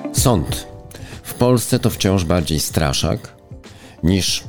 Sąd w Polsce to wciąż bardziej straszak niż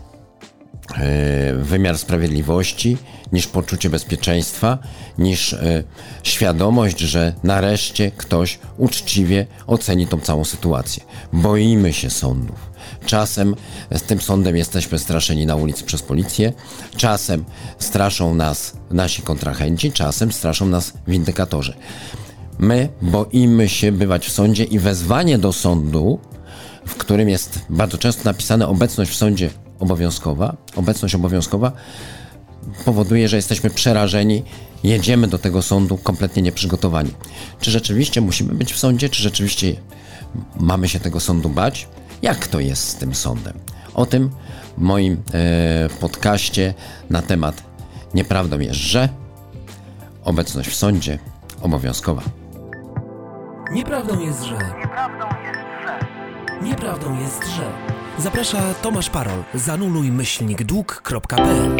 wymiar sprawiedliwości, niż poczucie bezpieczeństwa, niż świadomość, że nareszcie ktoś uczciwie oceni tą całą sytuację. Boimy się sądów. Czasem z tym sądem jesteśmy straszeni na ulicy przez policję, czasem straszą nas nasi kontrahenci, czasem straszą nas windykatorzy. My boimy się bywać w sądzie i wezwanie do sądu, w którym jest bardzo często napisane obecność w sądzie obecność obowiązkowa, powoduje, że jesteśmy przerażeni, jedziemy do tego sądu kompletnie nieprzygotowani. Czy rzeczywiście musimy być w sądzie? Czy rzeczywiście mamy się tego sądu bać? Jak to jest z tym sądem? O tym w moim podcaście na temat Nieprawdą jest, że obecność w sądzie obowiązkowa. Nieprawdą jest, że. Nieprawdą jest, że. Zaprasza Tomasz Parol. zanuluj-dług.pl.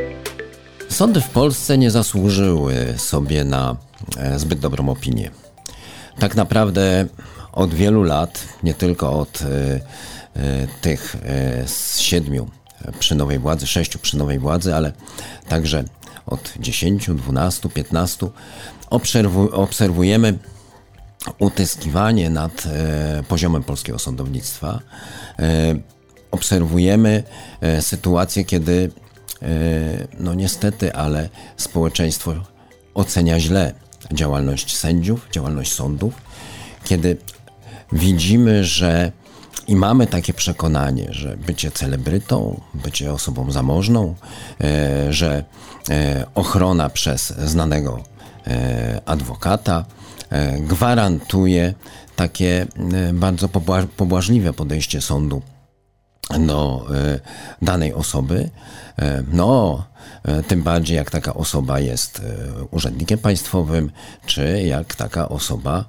Sądy w Polsce nie zasłużyły sobie na zbyt dobrą opinię. Tak naprawdę od wielu lat, nie tylko od tych z 7 przy nowej władzy, 6 przy nowej władzy, ale także od 10, 12, 15 obserwujemy utyskiwanie nad poziomem polskiego sądownictwa. Obserwujemy sytuację, kiedy no niestety, ale społeczeństwo ocenia źle działalność sędziów, działalność sądów, kiedy widzimy, że i mamy takie przekonanie, że bycie celebrytą, bycie osobą zamożną, że ochrona przez znanego adwokata gwarantuje takie bardzo pobłażliwe podejście sądu do danej osoby, tym bardziej jak taka osoba jest urzędnikiem państwowym, czy jak taka osoba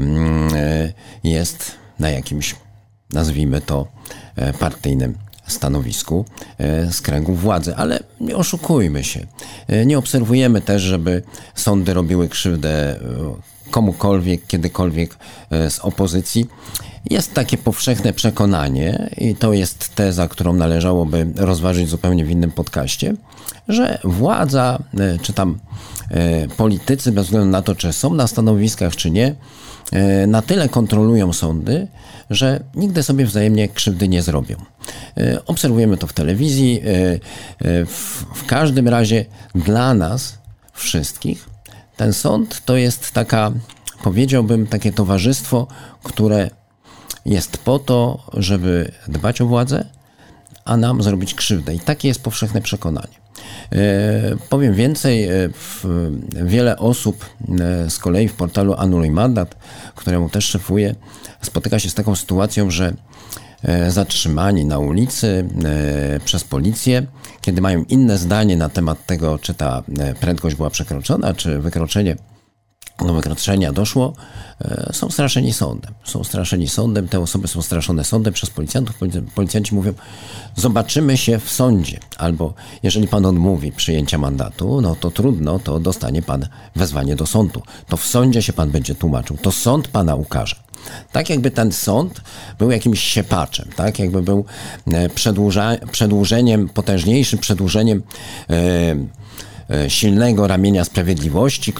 jest na jakimś, nazwijmy to, partyjnym stanowisku z kręgów władzy. Ale nie oszukujmy się. Nie obserwujemy też, żeby sądy robiły krzywdę komukolwiek, kiedykolwiek z opozycji. Jest takie powszechne przekonanie, i to jest teza, którą należałoby rozważyć zupełnie w innym podcaście, że władza, czy tam politycy, bez względu na to, czy są na stanowiskach, czy nie, na tyle kontrolują sądy, że nigdy sobie wzajemnie krzywdy nie zrobią. Obserwujemy to w telewizji. W każdym razie dla nas wszystkich ten sąd to jest taka, powiedziałbym, takie towarzystwo, które jest po to, żeby dbać o władzę, a nam zrobić krzywdę. I takie jest powszechne przekonanie. Powiem więcej, wiele osób z kolei w portalu Anuluj Mandat, któremu też szefuję, spotyka się z taką sytuacją, że zatrzymani na ulicy przez policję, kiedy mają inne zdanie na temat tego, czy ta prędkość była przekroczona, czy do wykroczenia doszło, są straszeni sądem. Te osoby są straszone sądem przez policjantów. Policjanci mówią, zobaczymy się w sądzie. Albo jeżeli pan odmówi przyjęcia mandatu, no to trudno, to dostanie pan wezwanie do sądu. To w sądzie się pan będzie tłumaczył. To sąd pana ukaże. Tak jakby ten sąd był jakimś siepaczem, tak jakby był potężniejszym przedłużeniem silnego ramienia sprawiedliwości,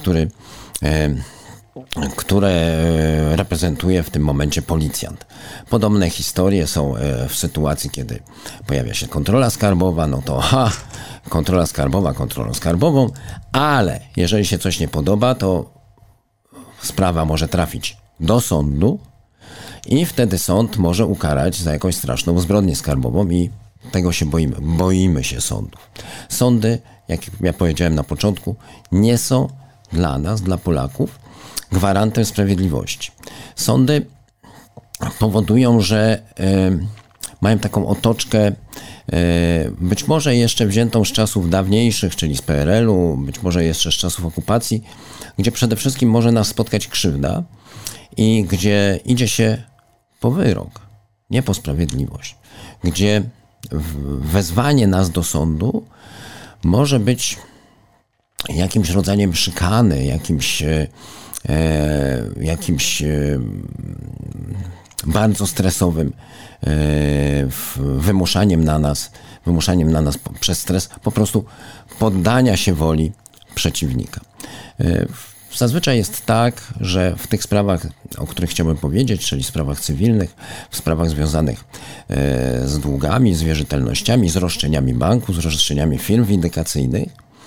które reprezentuje w tym momencie policjant. Podobne historie są w sytuacji, kiedy pojawia się kontrola skarbowa, no to kontrola skarbowa kontrolą skarbową, ale jeżeli się coś nie podoba, to sprawa może trafić do sądu i wtedy sąd może ukarać za jakąś straszną zbrodnię skarbową i tego się boimy. Boimy się sądów. Sądy, jak ja powiedziałem na początku, nie są dla nas, dla Polaków, gwarantem sprawiedliwości. Sądy powodują, że mają taką otoczkę, być może jeszcze wziętą z czasów dawniejszych, czyli z PRL-u, być może jeszcze z czasów okupacji, gdzie przede wszystkim może nas spotkać krzywda i gdzie idzie się po wyrok, nie po sprawiedliwość, gdzie wezwanie nas do sądu może być jakimś rodzajem szykany, jakimś bardzo stresowym wymuszaniem na nas przez stres po prostu poddania się woli przeciwnika. Zazwyczaj jest tak, że w tych sprawach, o których chciałbym powiedzieć, czyli sprawach cywilnych, w sprawach związanych z długami, z wierzytelnościami, z roszczeniami banku, z roszczeniami firm windykacyjnych,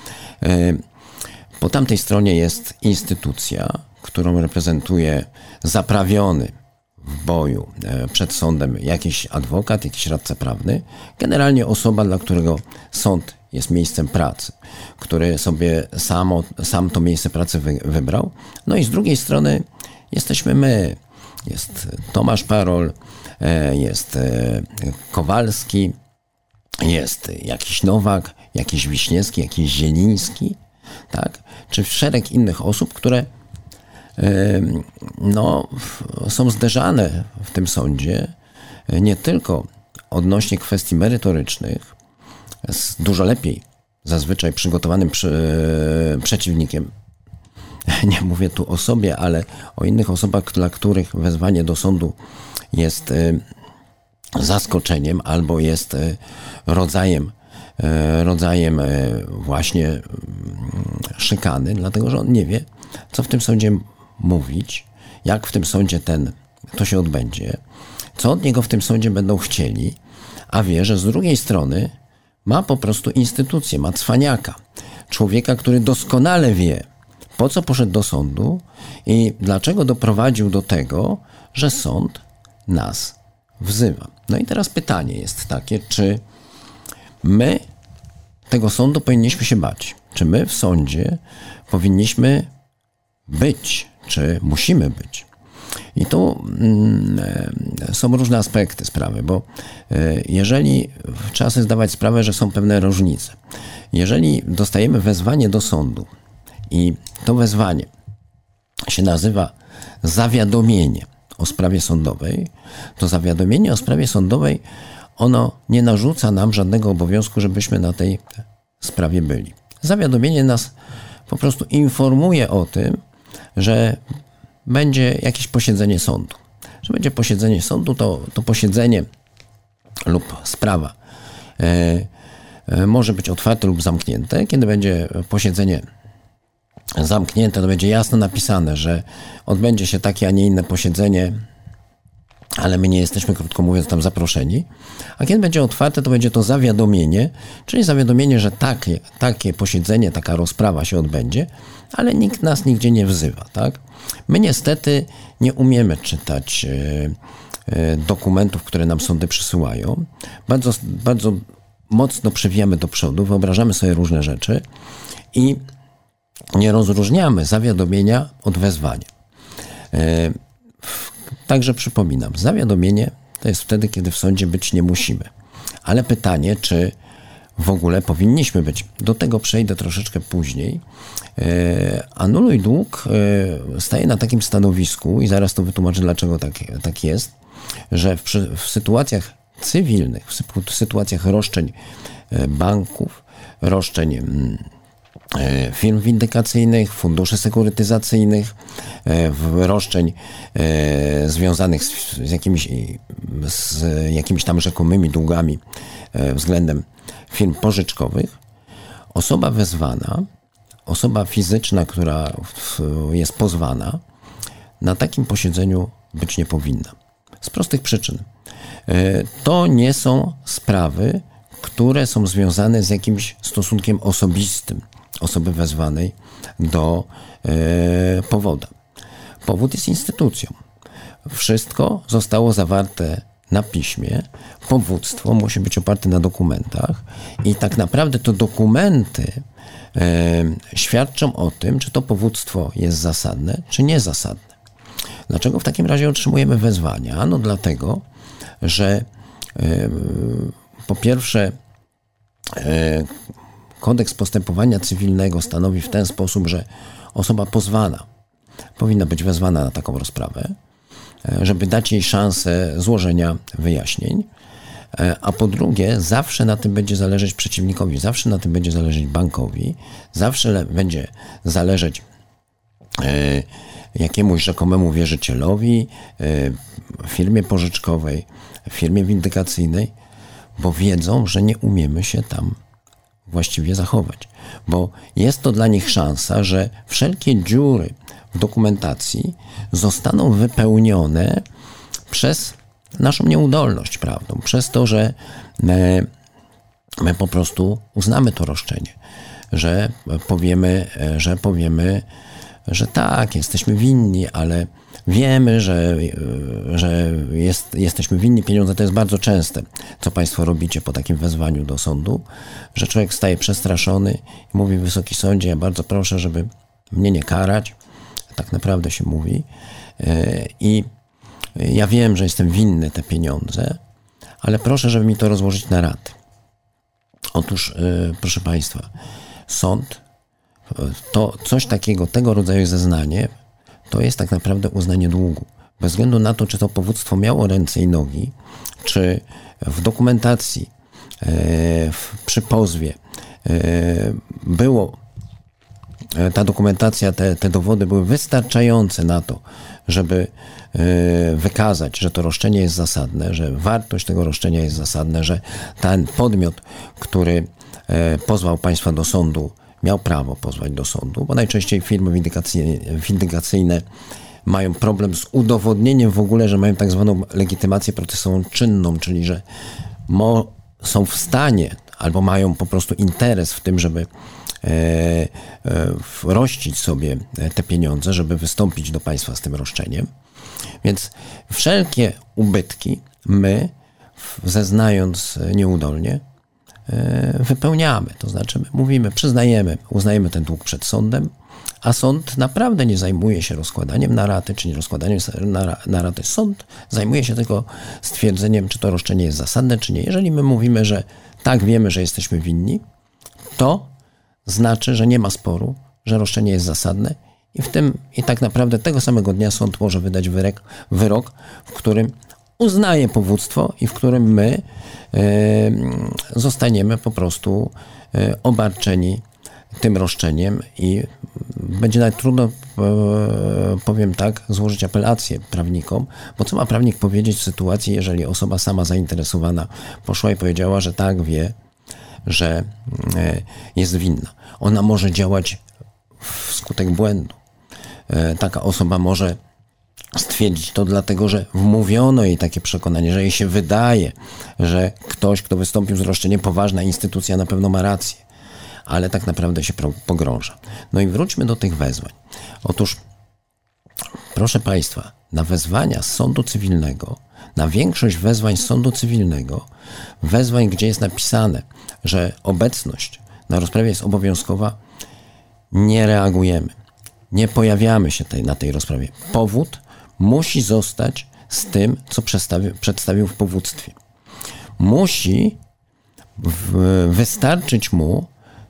po tamtej stronie jest instytucja, którą reprezentuje zaprawiony w boju przed sądem jakiś adwokat, jakiś radca prawny, generalnie osoba, dla którego sąd jest miejscem pracy, który sobie sam to miejsce pracy wybrał. No i z drugiej strony jesteśmy my. Jest Tomasz Parol, jest Kowalski, jest jakiś Nowak, jakiś Wiśniewski, jakiś Zieliński, tak? Czy szereg innych osób, które są zderzane w tym sądzie nie tylko odnośnie kwestii merytorycznych z dużo lepiej zazwyczaj przygotowanym przeciwnikiem. Nie mówię tu o sobie, ale o innych osobach, dla których wezwanie do sądu jest zaskoczeniem albo jest rodzajem właśnie szykany, dlatego że on nie wie, co w tym sądzie mówić, jak w tym sądzie to się odbędzie, co od niego w tym sądzie będą chcieli, a wie, że z drugiej strony ma po prostu instytucję, ma cwaniaka, człowieka, który doskonale wie, po co poszedł do sądu i dlaczego doprowadził do tego, że sąd nas wzywa. No i teraz pytanie jest takie, czy my tego sądu powinniśmy się bać? Czy my w sądzie powinniśmy być? Czy musimy być? I tu są różne aspekty sprawy, bo jeżeli trzeba sobie zdawać sprawę, że są pewne różnice. Jeżeli dostajemy wezwanie do sądu i to wezwanie się nazywa zawiadomienie o sprawie sądowej, to zawiadomienie o sprawie sądowej ono nie narzuca nam żadnego obowiązku, żebyśmy na tej sprawie byli. Zawiadomienie nas po prostu informuje o tym, że będzie jakieś posiedzenie sądu. Że będzie posiedzenie sądu, to posiedzenie lub sprawa może być otwarte lub zamknięte. Kiedy będzie posiedzenie zamknięte, to będzie jasno napisane, że odbędzie się takie, a nie inne posiedzenie, ale my nie jesteśmy, krótko mówiąc, tam zaproszeni. A kiedy będzie otwarte, to będzie to zawiadomienie, czyli zawiadomienie, że takie posiedzenie, taka rozprawa się odbędzie, ale nikt nas nigdzie nie wzywa, tak? My niestety nie umiemy czytać dokumentów, które nam sądy przysyłają. Bardzo, bardzo mocno przewijamy do przodu, wyobrażamy sobie różne rzeczy i nie rozróżniamy zawiadomienia od wezwania. Także przypominam, zawiadomienie to jest wtedy, kiedy w sądzie być nie musimy. Ale pytanie, czy w ogóle powinniśmy być. Do tego przejdę troszeczkę później. Anuluj dług staje na takim stanowisku i zaraz to wytłumaczę, dlaczego tak jest, że w sytuacjach cywilnych, w sytuacjach roszczeń banków, roszczeń firm windykacyjnych, funduszy sekurytyzacyjnych, roszczeń związanych z jakimiś tam rzekomymi długami względem firm pożyczkowych, osoba wezwana, osoba fizyczna, która jest pozwana, na takim posiedzeniu być nie powinna. Z prostych przyczyn. To nie są sprawy, które są związane z jakimś stosunkiem osobistym osoby wezwanej do powoda. Powód jest instytucją. Wszystko zostało zawarte na piśmie. Powództwo musi być oparte na dokumentach i tak naprawdę to dokumenty świadczą o tym, czy to powództwo jest zasadne, czy niezasadne. Dlaczego w takim razie otrzymujemy wezwania? No dlatego, że po pierwsze kodeks postępowania cywilnego stanowi w ten sposób, że osoba pozwana powinna być wezwana na taką rozprawę, żeby dać jej szansę złożenia wyjaśnień, a po drugie zawsze na tym będzie zależeć przeciwnikowi, zawsze na tym będzie zależeć bankowi, zawsze będzie zależeć jakiemuś rzekomemu wierzycielowi, firmie pożyczkowej, firmie windykacyjnej, bo wiedzą, że nie umiemy się tam właściwie zachować. Bo jest to dla nich szansa, że wszelkie dziury w dokumentacji zostaną wypełnione przez naszą nieudolność prawną, przez to, że my po prostu uznamy to roszczenie, że powiemy, że tak, jesteśmy winni, ale wiemy, że jesteśmy winni. Pieniądze to jest bardzo częste, co Państwo robicie po takim wezwaniu do sądu, że człowiek staje przestraszony i mówi: Wysoki Sądzie, ja bardzo proszę, żeby mnie nie karać. Tak naprawdę się mówi. I ja wiem, że jestem winny te pieniądze, ale proszę, żeby mi to rozłożyć na raty. Otóż, proszę Państwa, sąd, to coś takiego, tego rodzaju zeznanie, to jest tak naprawdę uznanie długu. Bez względu na to, czy to powództwo miało ręce i nogi, czy w dokumentacji, przy pozwie było, ta dokumentacja, te dowody były wystarczające na to, żeby wykazać, że to roszczenie jest zasadne, że wartość tego roszczenia jest zasadna, że ten podmiot, który pozwał Państwa do sądu, miał prawo pozwać do sądu, bo najczęściej firmy windykacyjne mają problem z udowodnieniem w ogóle, że mają tak zwaną legitymację procesową czynną, czyli że są w stanie albo mają po prostu interes w tym, żeby rościć sobie te pieniądze, żeby wystąpić do państwa z tym roszczeniem. Więc wszelkie ubytki my, zeznając nieudolnie, wypełniamy. To znaczy my mówimy, przyznajemy, uznajemy ten dług przed sądem, a sąd naprawdę nie zajmuje się rozkładaniem na raty, czy nie rozkładaniem na raty. Sąd zajmuje się tylko stwierdzeniem, czy to roszczenie jest zasadne, czy nie. Jeżeli my mówimy, że tak, wiemy, że jesteśmy winni, to znaczy, że nie ma sporu, że roszczenie jest zasadne i tak naprawdę tego samego dnia sąd może wydać wyrok, w którym uznaje powództwo i w którym my zostaniemy po prostu obarczeni tym roszczeniem i będzie nawet trudno, powiem tak, złożyć apelację prawnikom, bo co ma prawnik powiedzieć w sytuacji, jeżeli osoba sama zainteresowana poszła i powiedziała, że tak, wie, że jest winna. Ona może działać wskutek błędu. Taka osoba może stwierdzić to dlatego, że wmówiono jej takie przekonanie, że jej się wydaje, że ktoś, kto wystąpił z roszczeniem, poważna instytucja na pewno ma rację, ale tak naprawdę się pogrąża. No i wróćmy do tych wezwań. Otóż, proszę Państwa, na wezwania z sądu cywilnego, na większość wezwań z sądu cywilnego, wezwań, gdzie jest napisane, że obecność na rozprawie jest obowiązkowa, nie reagujemy. Nie pojawiamy się na tej rozprawie. Powód musi zostać z tym, co przedstawił w powództwie. Musi wystarczyć mu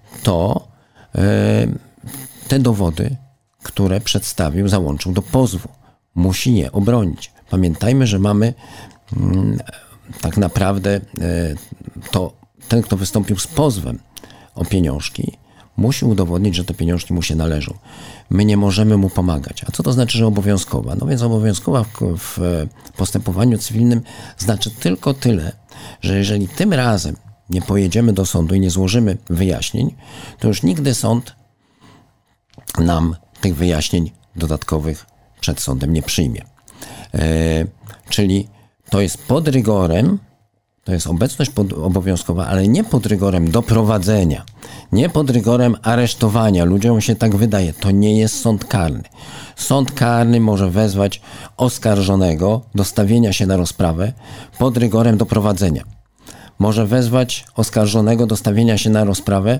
te dowody, które przedstawił, załączył do pozwu. Musi je obronić. Pamiętajmy, że mamy tak naprawdę ten, kto wystąpił z pozwem o pieniążki, musi udowodnić, że te pieniążki mu się należą. My nie możemy mu pomagać. A co to znaczy, że obowiązkowa? No więc obowiązkowa w postępowaniu cywilnym znaczy tylko tyle, że jeżeli tym razem nie pojedziemy do sądu i nie złożymy wyjaśnień, to już nigdy sąd nam tych wyjaśnień dodatkowych przed sądem nie przyjmie. Czyli to jest pod rygorem, to jest obecność obowiązkowa, ale nie pod rygorem doprowadzenia, nie pod rygorem aresztowania. Ludziom się tak wydaje. To nie jest sąd karny. Sąd karny może wezwać oskarżonego do stawienia się na rozprawę pod rygorem doprowadzenia. Może wezwać oskarżonego do stawienia się na rozprawę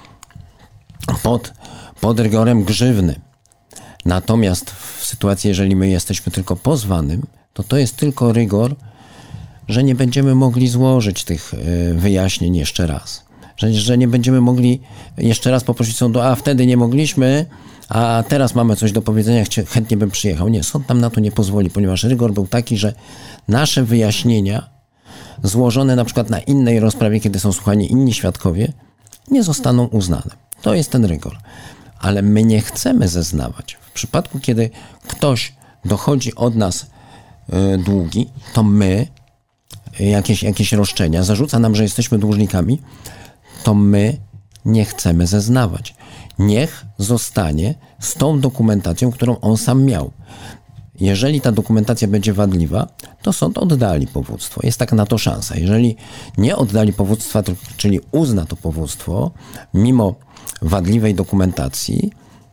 pod rygorem grzywny. Natomiast w sytuacji, jeżeli my jesteśmy tylko pozwanym, to jest tylko rygor, że nie będziemy mogli złożyć tych wyjaśnień jeszcze raz. Że nie będziemy mogli jeszcze raz poprosić sądu, a wtedy nie mogliśmy, a teraz mamy coś do powiedzenia, chętnie bym przyjechał. Nie, sąd nam na to nie pozwoli, ponieważ rygor był taki, że nasze wyjaśnienia złożone na przykład na innej rozprawie, kiedy są słuchani inni świadkowie, nie zostaną uznane. To jest ten rygor. ale my nie chcemy zeznawać. W przypadku, kiedy ktoś dochodzi od nas długi, to my, jakieś roszczenia, zarzuca nam, że jesteśmy dłużnikami, to my nie chcemy zeznawać. Niech zostanie z tą dokumentacją, którą on sam miał. Jeżeli ta dokumentacja będzie wadliwa, to sąd oddali powództwo. Jest taka na to szansa. Jeżeli nie oddali powództwa, czyli uzna to powództwo, mimo wadliwej dokumentacji,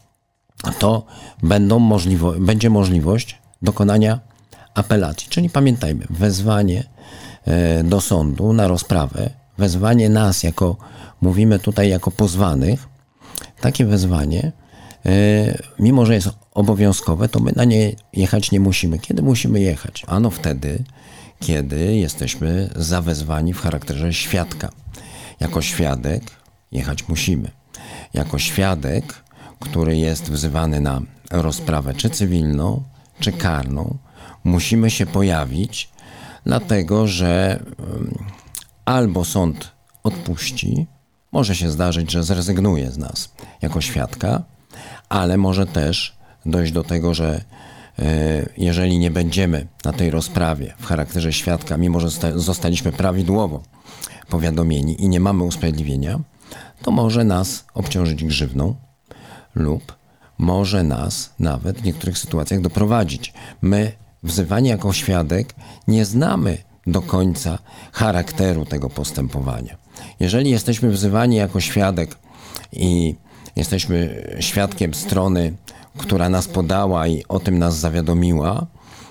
to będzie możliwość dokonania apelacji. Czyli pamiętajmy, wezwanie do sądu na rozprawę, wezwanie nas mówimy tutaj jako pozwanych, takie wezwanie, mimo że jest obowiązkowe, to my na nie jechać nie musimy. Kiedy musimy jechać? Ano wtedy, kiedy jesteśmy zawezwani w charakterze świadka. Jako świadek jechać musimy. Jako świadek, który jest wzywany na rozprawę czy cywilną, czy karną, musimy się pojawić, dlatego że albo sąd odpuści, może się zdarzyć, że zrezygnuje z nas jako świadka, ale może też dojść do tego, że jeżeli nie będziemy na tej rozprawie w charakterze świadka, mimo że zostaliśmy prawidłowo powiadomieni i nie mamy usprawiedliwienia, to może nas obciążyć grzywną lub może nas nawet w niektórych sytuacjach doprowadzić. My, wzywani jako świadek, nie znamy do końca charakteru tego postępowania. Jeżeli jesteśmy wzywani jako świadek i jesteśmy świadkiem strony, która nas podała i o tym nas zawiadomiła,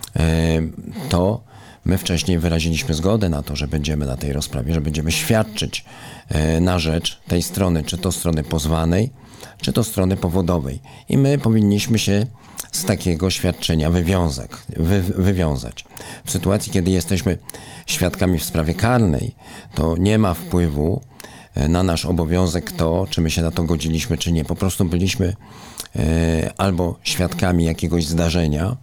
to my wcześniej wyraziliśmy zgodę na to, że będziemy na tej rozprawie, że będziemy świadczyć na rzecz tej strony, czy to strony pozwanej, czy to strony powodowej. I my powinniśmy się z takiego świadczenia wywiązać. W sytuacji, kiedy jesteśmy świadkami w sprawie karnej, to nie ma wpływu na nasz obowiązek to, czy my się na to godziliśmy, czy nie. Po prostu byliśmy albo świadkami jakiegoś zdarzenia,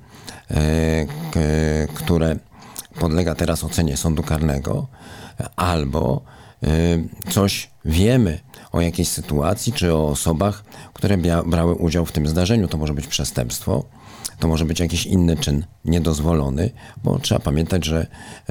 które podlega teraz ocenie sądu karnego, albo coś wiemy o jakiejś sytuacji, czy o osobach, które brały udział w tym zdarzeniu. To może być przestępstwo, to może być jakiś inny czyn niedozwolony, bo trzeba pamiętać, że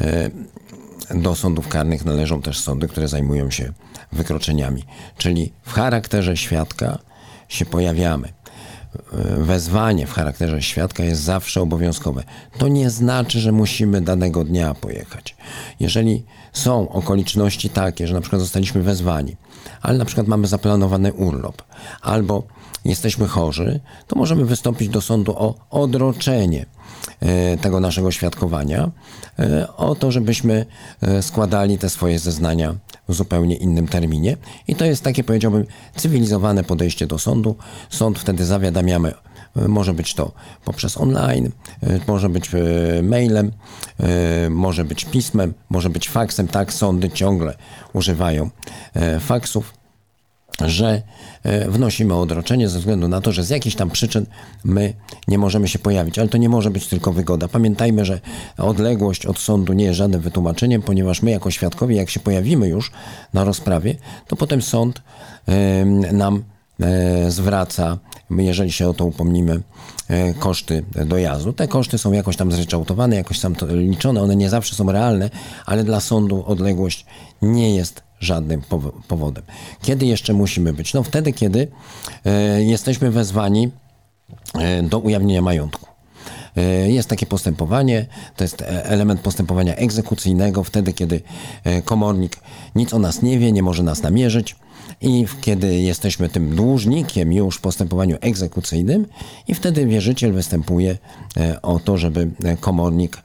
do sądów karnych należą też sądy, które zajmują się wykroczeniami. Czyli w charakterze świadka się pojawiamy. Wezwanie w charakterze świadka jest zawsze obowiązkowe. To nie znaczy, że musimy danego dnia pojechać. Jeżeli są okoliczności takie, że na przykład zostaliśmy wezwani, ale na przykład mamy zaplanowany urlop, albo jesteśmy chorzy, to możemy wystąpić do sądu o odroczenie tego naszego świadkowania, o to, żebyśmy składali te swoje zeznania w zupełnie innym terminie. I to jest takie, powiedziałbym, cywilizowane podejście do sądu. Sąd wtedy zawiadamiamy, może być to poprzez online, może być mailem, może być pismem, może być faksem. Tak, sądy ciągle używają faksów, że wnosimy o odroczenie ze względu na to, że z jakichś tam przyczyn my nie możemy się pojawić. Ale to nie może być tylko wygoda. Pamiętajmy, że odległość od sądu nie jest żadnym wytłumaczeniem, ponieważ my jako świadkowie, jak się pojawimy już na rozprawie, to potem sąd nam zwraca, jeżeli się o to upomnimy, koszty dojazdu. Te koszty są jakoś tam zryczałtowane, jakoś tam liczone, one nie zawsze są realne, ale dla sądu odległość nie jest żadnym powodem. Kiedy jeszcze musimy być? No wtedy, kiedy jesteśmy wezwani do ujawnienia majątku. Jest takie postępowanie, to jest element postępowania egzekucyjnego, wtedy, kiedy komornik nic o nas nie wie, nie może nas namierzyć i kiedy jesteśmy tym dłużnikiem już w postępowaniu egzekucyjnym i wtedy wierzyciel występuje o to, żeby komornik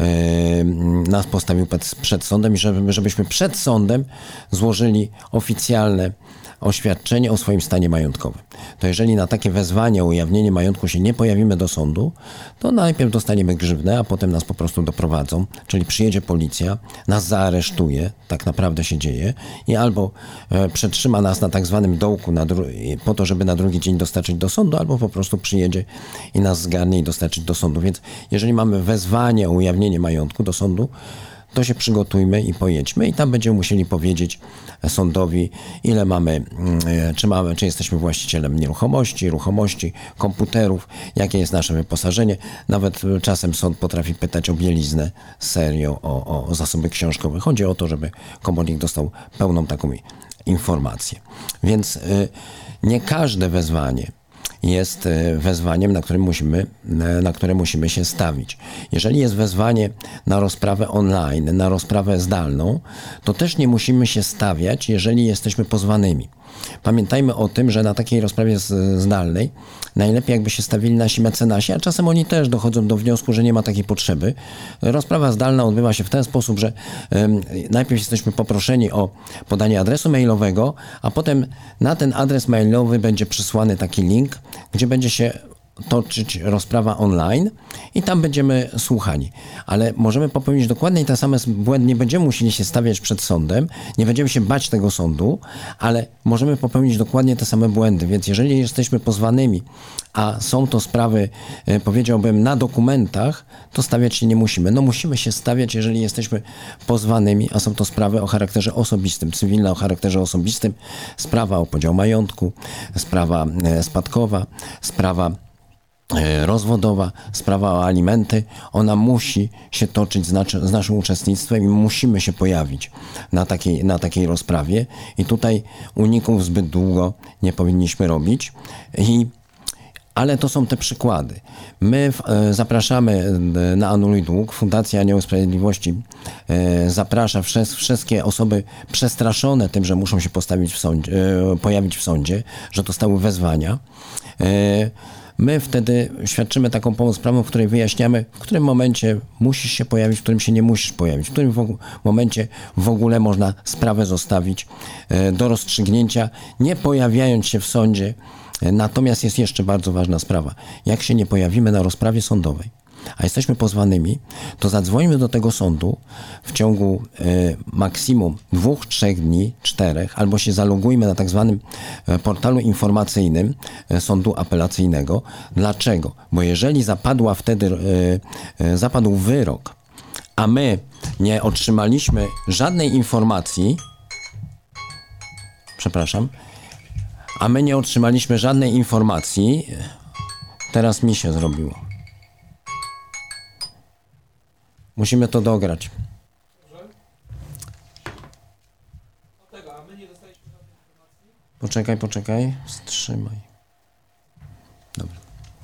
nas postawił przed sądem i żebyśmy przed sądem złożyli oficjalne oświadczenie o swoim stanie majątkowym. To jeżeli na takie wezwanie o ujawnienie majątku się nie pojawimy do sądu, to najpierw dostaniemy grzywnę, a potem nas po prostu doprowadzą, czyli przyjedzie policja, nas zaaresztuje, tak naprawdę się dzieje, i albo przetrzyma nas na tak zwanym dołku po to, żeby na drugi dzień dostarczyć do sądu, albo po prostu przyjedzie i nas zgarnie i dostarczyć do sądu. Więc jeżeli mamy wezwanie o ujawnienie majątku do sądu, to się przygotujmy i pojedźmy i tam będziemy musieli powiedzieć sądowi, ile mamy, czy jesteśmy właścicielem nieruchomości, ruchomości, komputerów, jakie jest nasze wyposażenie. Nawet czasem sąd potrafi pytać o bieliznę, serio, o zasoby książkowe. Chodzi o to, żeby komornik dostał pełną taką informację. Więc nie każde wezwanie jest wezwaniem, na które musimy się stawić. Jeżeli jest wezwanie na rozprawę online, na rozprawę zdalną, to też nie musimy się stawiać, jeżeli jesteśmy pozwanymi. Pamiętajmy o tym, że na takiej rozprawie zdalnej najlepiej jakby się stawili nasi mecenasi, a czasem oni też dochodzą do wniosku, że nie ma takiej potrzeby. Rozprawa zdalna odbywa się w ten sposób, że najpierw jesteśmy poproszeni o podanie adresu mailowego, a potem na ten adres mailowy będzie przysłany taki link, gdzie będzie się toczyć rozprawa online i tam będziemy słuchani. Ale możemy popełnić dokładnie ten sam błęd, nie będziemy musieli się stawiać przed sądem, nie będziemy się bać tego sądu, ale możemy popełnić dokładnie te same błędy. Więc jeżeli jesteśmy pozwanymi, a są to sprawy, powiedziałbym, na dokumentach, to stawiać się nie musimy. No musimy się stawiać, jeżeli jesteśmy pozwanymi, a są to sprawy o charakterze osobistym, cywilne o charakterze osobistym, sprawa o podział majątku, sprawa spadkowa, sprawa rozwodowa, sprawa o alimenty, ona musi się toczyć z naszym uczestnictwem i musimy się pojawić na takiej rozprawie i tutaj uników zbyt długo nie powinniśmy robić. Ale to są te przykłady. My zapraszamy na Anuluj Dług. Fundacja Anioły Sprawiedliwości zaprasza wszystkie osoby przestraszone tym, że muszą się pojawić w sądzie, że dostały wezwania. My wtedy świadczymy taką pomoc prawną, w której wyjaśniamy, w którym momencie musisz się pojawić, w którym się nie musisz pojawić, w którym momencie w ogóle można sprawę zostawić do rozstrzygnięcia, nie pojawiając się w sądzie. Natomiast jest jeszcze bardzo ważna sprawa. Jak się nie pojawimy na rozprawie sądowej, a jesteśmy pozwanymi, to zadzwońmy do tego sądu w ciągu maksimum 2-3 dni, 4, albo się zalogujmy na tak zwanym portalu informacyjnym sądu apelacyjnego. Dlaczego? Bo jeżeli zapadł wyrok, a my nie otrzymaliśmy żadnej informacji, teraz mi się zrobiło. Musimy to dograć. Poczekaj. Wstrzymaj. Dobra.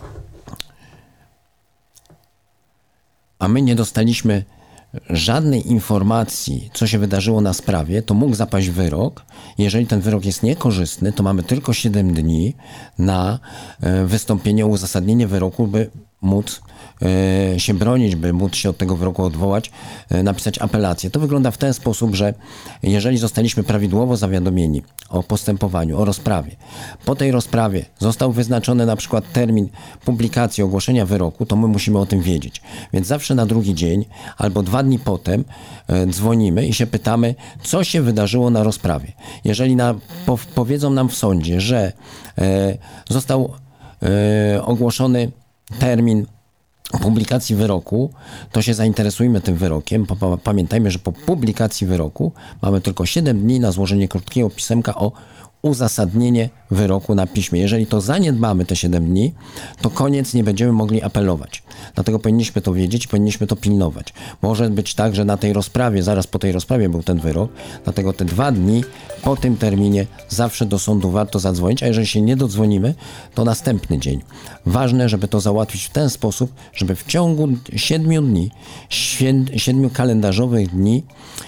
A my nie dostaliśmy żadnej informacji, co się wydarzyło na sprawie, to mógł zapaść wyrok. Jeżeli ten wyrok jest niekorzystny, to mamy tylko 7 dni na wystąpienie o uzasadnienie wyroku, by móc się bronić, by móc się od tego wyroku odwołać, napisać apelację. To wygląda w ten sposób, że jeżeli zostaliśmy prawidłowo zawiadomieni o postępowaniu, o rozprawie, po tej rozprawie został wyznaczony na przykład termin publikacji, ogłoszenia wyroku, to my musimy o tym wiedzieć. Więc zawsze na drugi dzień albo 2 dni potem dzwonimy i się pytamy, co się wydarzyło na rozprawie. Jeżeli powiedzą nam w sądzie, że został ogłoszony termin publikacji wyroku, to się zainteresujmy tym wyrokiem. Pamiętajmy, że po publikacji wyroku mamy tylko 7 dni na złożenie krótkiego pisemka o uzasadnienie wyroku na piśmie. Jeżeli to zaniedbamy te 7 dni, to koniec, nie będziemy mogli apelować. Dlatego powinniśmy to wiedzieć, powinniśmy to pilnować. Może być tak, że na tej rozprawie, zaraz po tej rozprawie był ten wyrok, dlatego te 2 dni po tym terminie zawsze do sądu warto zadzwonić, a jeżeli się nie dodzwonimy, to następny dzień. Ważne, żeby to załatwić w ten sposób, żeby w ciągu 7 dni, 7 kalendarzowych dni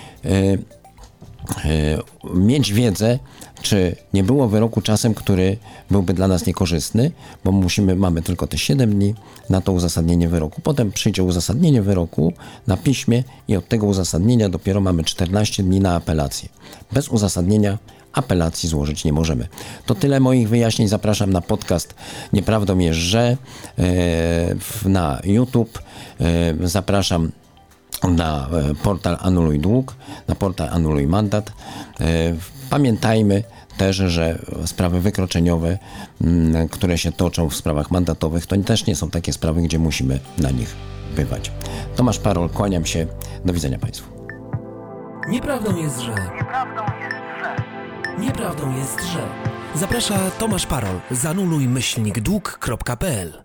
mieć wiedzę, czy nie było wyroku czasem, który byłby dla nas niekorzystny, bo mamy tylko te 7 dni na to uzasadnienie wyroku. Potem przyjdzie uzasadnienie wyroku na piśmie i od tego uzasadnienia dopiero mamy 14 dni na apelację. Bez uzasadnienia apelacji złożyć nie możemy. To tyle moich wyjaśnień. Zapraszam na podcast Nieprawdą jest, że na YouTube. Zapraszam na portal Anuluj Dług, na portal Anuluj Mandat. Pamiętajmy też, że sprawy wykroczeniowe, które się toczą w sprawach mandatowych, to też nie są takie sprawy, gdzie musimy na nich bywać. Tomasz Parol, kłaniam się. Do widzenia Państwu. Nieprawdą jest, że. Nieprawdą jest, że. Zaprasza Tomasz Parol. zanuluj-dług.pl